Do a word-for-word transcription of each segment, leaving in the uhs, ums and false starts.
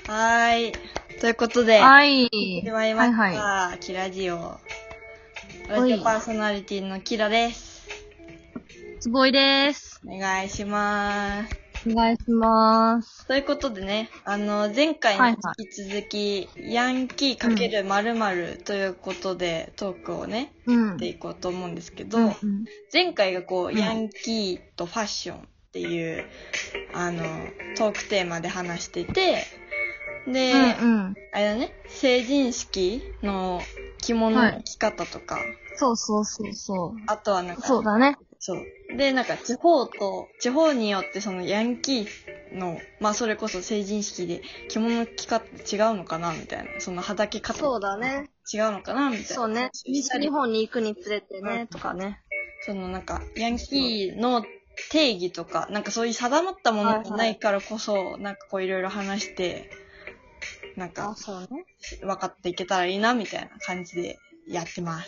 はーい。ということで、 はい。 始まりました。 はいはキラジオ。ラジオパーソナリティのキラです。 つぼいです。 お願いします。 お願いします。 ということでね、あの、前回に引き続き、はいはい、ヤンキー×〇〇ということで、トークをね、うん、していこうと思うんですけど、うんうん、前回がこう、うん、ヤンキーとファッションっていう、あの、トークテーマで話していて、で、うんうん、あれだね、成人式の着物の着方とか、はい、 そうそうそうそう。 あとはなんか、 そうだね。 そう。で、なんか地方と、地方によってそのヤンキーの、まあそれこそ成人式で着物の着方違うのかなみたいな。そのはだけ方そうだね。 違うのかなみたいな。 そうね。西日本に行くにつれてね、うん、とかね。 そのなんか、ヤンキーの定義とか、なんかそういう定まったものがないからこそ、はいはい、なんかこういろいろ話して、なんか、そうね。分かっていけたらいいな、みたいな感じでやってます。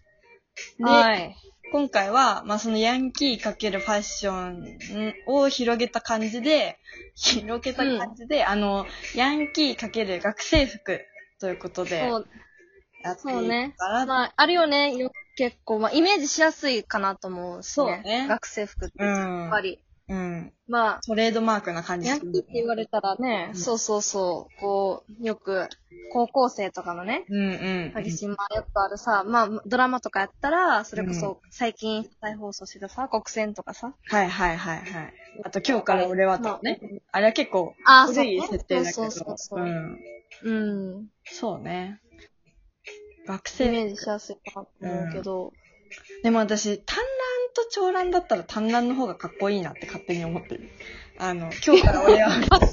で、はい、今回は、まあ、そのヤンキー×ファッションを広げた感じで、広げた感じで、うん、あの、ヤンキー×学生服ということで、 そう、やっていくかな。まあ、あるよね。結構、まあ、イメージしやすいかなと思うしね。そうね。学生服って、やっぱり。 うん。 まあ、 トレードマークな感じ。 ヤンキーって言われたらね、うん、そうそうそう、こう、よく、高校生とかのね、うんうん。激しい、まあ、よくあるさ、まあ、ドラマとかやったら、それこそ、最近再放送してたさ、国選とかさ。 はいはいはいはい。あと、今日から俺はとかね。まあ、あれは結構、古い設定だけど。そうそうそう。うん。うん。そうね。学生。 イメージしやすいかなと思うけど。うん、 でも私、短乱と長乱だったら短乱の方がかっこいいなって勝手に思ってる。あの、今日から俺は。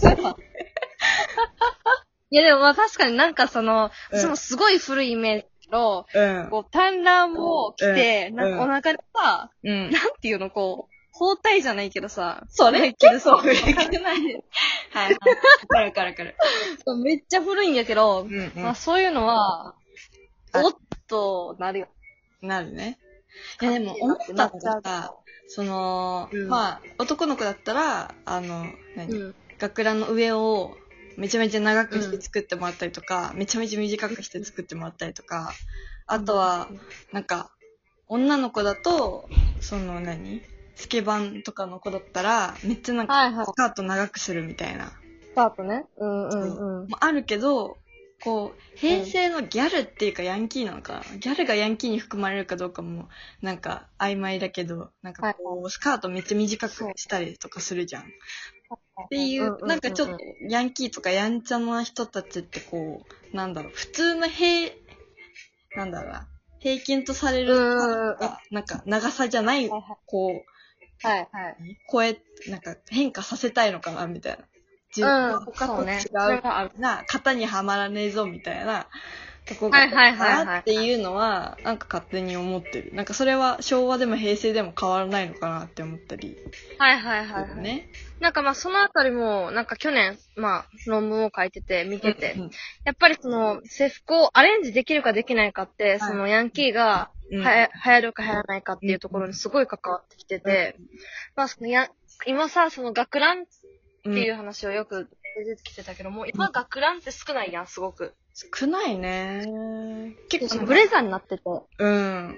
いやでもまあ確かになんかその、うん、そのすごい古いイメージの、うん、こう短乱を着て、うん、なんかお腹にさ、うん、なんていうのこう、包帯じゃないけどさ、 それ結構古くない。はい。わかるわかるわかる。 めっちゃ古いんやけど、うんうん、まあそういうのは、おっとなるよ。 なるね。いやでも思ったのがさ、その、うん、まあ、男の子だったら、あの、何、うん、学ランの上をめちゃめちゃ長くして作ってもらったりとか、うん、めちゃめちゃ短くして作ってもらったりとか、あとは、なんか、女の子だと、その何スケバンとかの子だったら、めっちゃなんか、スカート長くするみたいな。 スカートね。うんうんうん。 あるけど、こう、平成のギャルっていうかヤンキーなのかな、うん、ギャルがヤンキーに含まれるかどうかも、なんか曖昧だけど、なんかこう、はい、スカートめっちゃ短くしたりとかするじゃん。っていう、なんかちょっと、ヤンキーとかやんちゃな人たちってこう、なんだろう、普通の平、なんだろうな、平均とされる、なんか長さじゃない、こう、 はいはい。 超え、なんか変化させたいのかな、みたいな。自分は他と違うな、型にはまらねえぞみたいなとこがあるなっていうのは、なんか勝手に思ってる。なんかそれは昭和でも平成でも変わらないのかなって思ったり。 はいはいはい、はい。ね。なんかまあそのあたりも、なんか去年、まあ論文を書いてて、見てて、うんうん、やっぱりその制服をアレンジできるかできないかって、はい、そのヤンキーがはや、うん、流行るか流行らないかっていうところにすごい関わってきてて、うん、まあそのや、今さ、その学ランっていう話をよく出てきてたけども、うん、今学ランって少ないやん、すごく。 少ないね。 結構ブレザーになってて。 うん。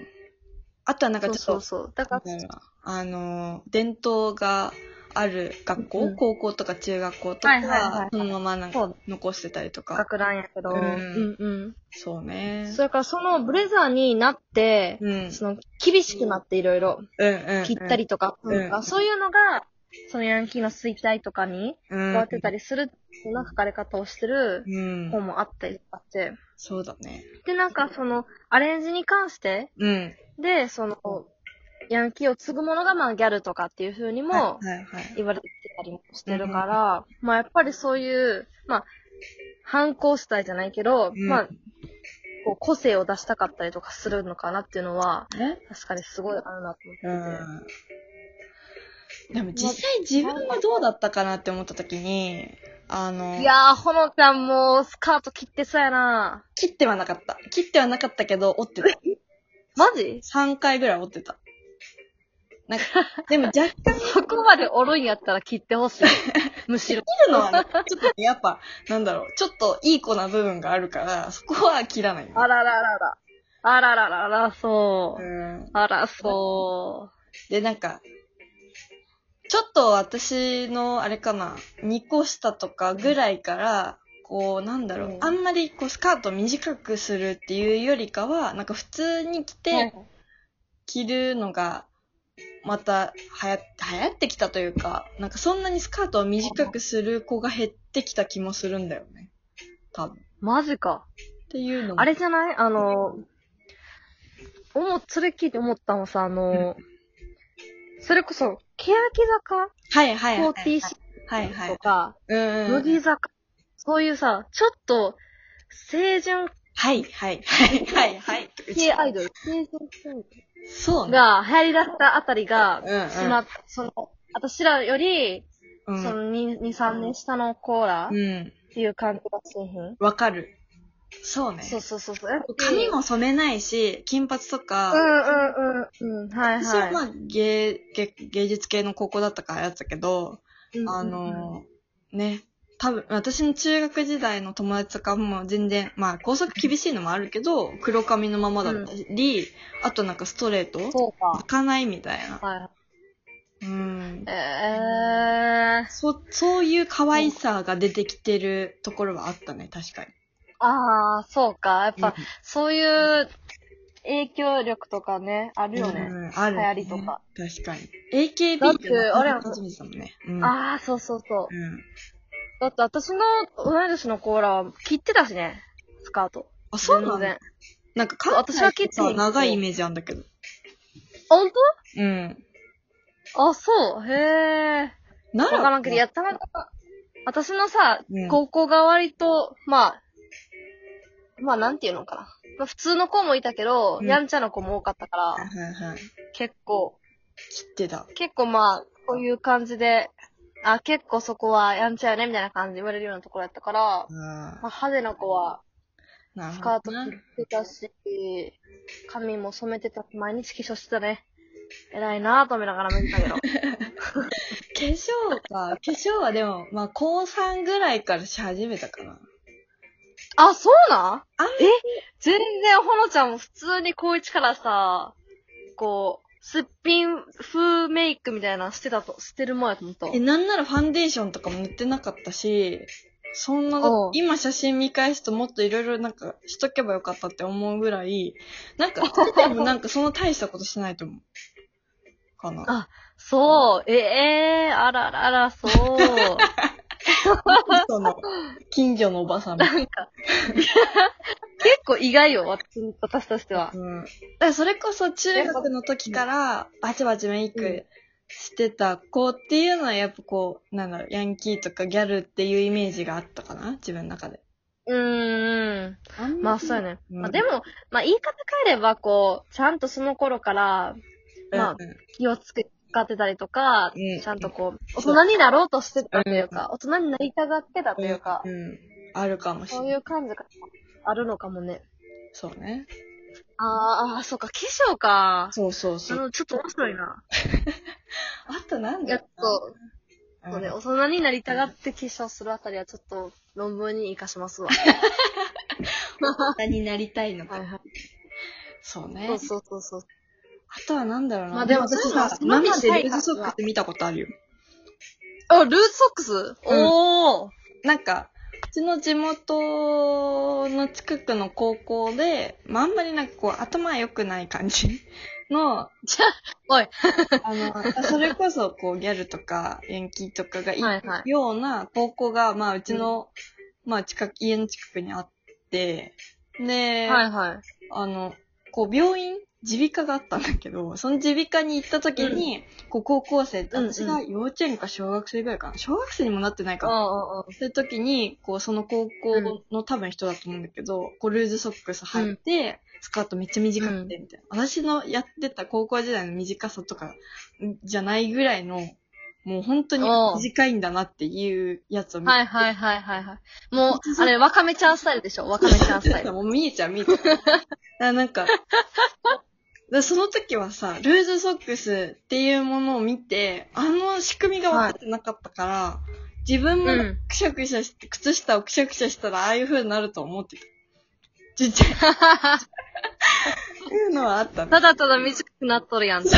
あとはなんかちょっと、 そうそうそう。だから、 あの、伝統がある学校、うん、高校とか中学校とか、はいはいはい、そのままなんか残してたりとか。 学ランやけど。うん、うんうん。 そうね。 それからそのブレザーになって、うん、その厳しくなっていろいろ、切ったりとか、うんうん、そういうのが、そのヤンキーの衰退とかに変わってたりするような書かれ方をしてる本もあったりとかして、うん。 そうだね。 で、なんかその、アレンジに関して、うん、で、その、ヤンキーを継ぐものがまあギャルとかっていう風にも言われてたりもしてるから、まあやっぱりそういう、まあ、反抗スタイルじゃないけど、うん、まあ、こう個性を出したかったりとかするのかなっていうのは、確かにすごいあるなと思ってて。うんでも実際自分はどうだったかなって思った時に、あの。 いやー、ほのちゃんもスカート切ってそうやな。 切ってはなかった。切ってはなかったけど、折ってた。 マジ ? さん 回ぐらい折ってた。なんか、でも若干。 そこまで折るんやったら切ってほしい。 むしろ。 切るのはね、ちょっとね、やっぱ、なんだろう、ちょっといい子な部分があるから、そこは切らないよ。 あらららら。あらららら、そう。 うん。 あら、そで、なんか、ちょっと私の、あれかな、にこ下とかぐらいから、こう、なんだろう、 うんあんまりこう、スカートを短くするっていうよりかは、なんか普通に着う。 て、着るのが、また流行って、流行ってきたというか、なんかそんなにスカートを短くする子が減ってきた気もするんだよね。多分。っマジか。 ていうのも。 あれじゃないあの、思っ、それ聞いて思ったのさ、あの、それこそ、欅坂はいはいはい。 フォーティーシックスはいはい。 とか、 うんうんうん。 乃木坂、そういうさ、ちょっと、清純はいはいはいはいはい。 系アイドル、清純系アイドルそうね。 が流行り出したあたりが、 うんうん今、その、私らより、 うん。 そのに、に、さんねん下のコーラうん。 っていう感じがしへん。 わかる。そうね。 そうそうそうそう。やっぱ髪も染めないし、金髪とか、 うんうんうんうん。はい私ははい。 まあ芸、芸、芸術系の高校だったからやってたけど、 うんうんうんあの、ね、多分、私の中学時代の友達とかも全然、まあ、校則厳しいのもあるけど、黒髪のままだったり、あとなんかストレートそうか。 開かないみたいな。 はい。 うん。 えー。 そ、そういう可愛さが出てきてるところはあったね、確かに。 ああ、そうか。やっぱ、 うんそういう影響力とかね、あるよね。 うん、ある、ね。 流行りとか。 確かに。エーケービーだってがあれやん初めてだもんね。うん。 ああ、そうそうそう。 うん。 だって私の同い年のコーラは切ってたしね。スカート。 あ、そうなんだ。 全然。 なんか関私は西ってさ、 切ってへんけど長いイメージあるんだけど。 ほんとうん。 あ、そう。へえ。 なわからんけど、やったまたま、私のさ、 うん高校が割と、まあ、まあなんていうのかな。まあ普通の子もいたけど、 うんやんちゃな子も多かったから、 はいはいはい。 結構、 切ってた。 結構まあ、こういう感じで、あ、結構そこはやんちゃやね、みたいな感じで言われるようなところやったから、 あまあ派手な子は、 あ。なるスほどな。 カート切ってたし、髪も染めてた、毎日化粧してたね。偉いなぁと思いながら見てたけど。 化粧か。化粧はでも、まあ、高さんぐらいからし始めたかな。 あ、そうなんあんえ全然ほのちゃんも普通に高一からさ、こう、すっぴん風メイクみたいなのしてたと、してるもんやと思った。 え、なんならファンデーションとかも塗ってなかったし、そんなだうん、 今写真見返すともっといろいろなんかしとけばよかったって思うぐらい、なんか、でもなんかそんな大したことしないと思う。かな。 あ、そう、ええー、あららら、そう。 その、近所のおばさんみたいなんか、結構意外よ、私私としては。 うん。だからそれこそ中学の時からバチバチメイクしてた子っていうのはやっぱこう、なんだろう、ヤンキーとかギャルっていうイメージがあったかな自分の中で。 うーん。 あんまあ、そうやね。 うんまあ、でも、まあ、言い方変えれば、こう、ちゃんとその頃から、まあうん気をつけ、使ってたりとか、 うんちゃんとこう、大人になろうとしてたというか、大人になりたがってたというか、 うんうんあるかもしれない。 そういう感じがあるのかもね。 そうね。 あーあー、そうか、化粧か。 そうそうそう。 あの、ちょっと面白いな。 あとなんだやっろうと、 なそうね、大人になりたがって化粧するあたりはちょっと論文に活かしますわ。 大人になりたいのか。 はいはい。 そうね。 そうそうそうそう。 あとはなんだろうな。 まあでも私さ、 そういうの生でルーズそのままソックス見たことあるよ。 あ、ルーズソックス、おー。 なんか、うちの地元の近くの高校で、まあ、あんまりなんかこう、頭良くない感じの、 じゃあ、おい。 あの、それこそこう、ギャルとか、ヤンキーとかがいはいはいるような高校が、まあ、うちの、まあ、近く、家の近くにあって、で、 はいはい。 あの、こう、病院耳鼻科があったんだけど、その耳鼻科に行った時に、こう、高校生、 うんうん私が幼稚園か小学生ぐらいかな。小学生にもなってないかうんな。 うんうん。 そういう時に、こう、その高校の多分人だと思うんだけど、こう、ルーズソックス履いて、スカートめっちゃ短くて、みたいな。私のやってた高校時代の短さとか、じゃないぐらいの、もう本当に短いんだなっていうやつを見て。 はいはいはいはいはい。もう、あれ、わかめちゃんスタイルでしょわかめちゃんスタイル。 もう見えちゃう見えちゃう。だからなんか、だその時はさ、ルーズソックスっていうものを見て、あの仕組みが分かってなかったから、 自分もくしゃくしゃして、靴下をくしゃくしゃしたらああいう風になると思ってた。ちっちゃい。っていうのはあったね。 ただただ短くなっとるやん。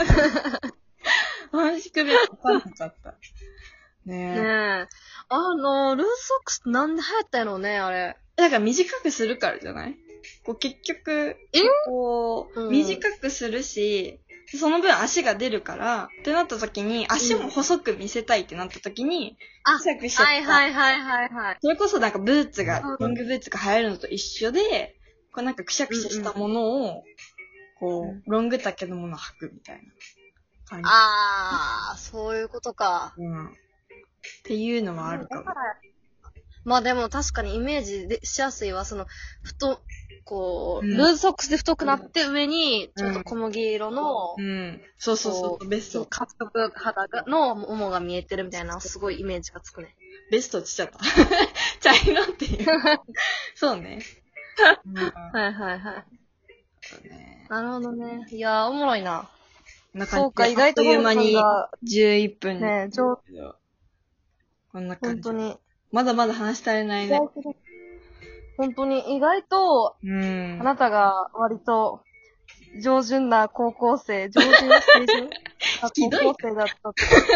半乳首は分かんなかった。ねえ。 ねえ。あの、ルーズソックスなんで流行ったんやろうね、あれ。 だから短くするからじゃない？こう結局、こう、うん、短くするし、その分足が出るから、ってなった時に、足も細く見せたいってなった時に、 あ、くしゃくしちゃった。はいはいはいはいはい。 それこそなんかブーツが、ロングブーツが流行るのと一緒で、こうなんかくしゃくしゃしたものを、こう、ロング丈のものを履くみたいな感じ。 あー、そういうことか。 うん。っていうのもあるかも。 まあでも確かにイメージでしやすいわ。その、太、こう、うん、ルーズソックスで太くなって上に、ちょっと小麦色の、 うん。うん、そうそうそう、ベスト。 褐色肌がのももが見えてるみたいな、すごいイメージがつくね。 ベストちっちゃった。茶色っていう。そうね。 うん、はいはいはい。ね、なるほどね。いやー、おもろいな。 なそうか、意外とあっという間にじゅういっぷん。ね、上手。こんな感じ。本当に。まだまだ話し足りないね。 本当に、意外と、うん、あなたが割と、上純な高校生、上純な高校生だったとか。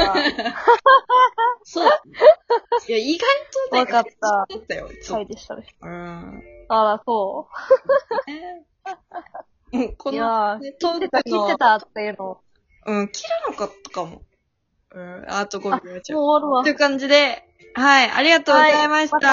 そう。いや、意外とね。わかった。 そうだったよ。 はいでしたね。 うん。 あら、そう。えこの、いやー、聞いてた、聞いてたっていうの。 うん、切らなかったかも。うん、あとごびょうちゃう。 もう終わるわ。 という感じで、はい、ありがとうございました。はい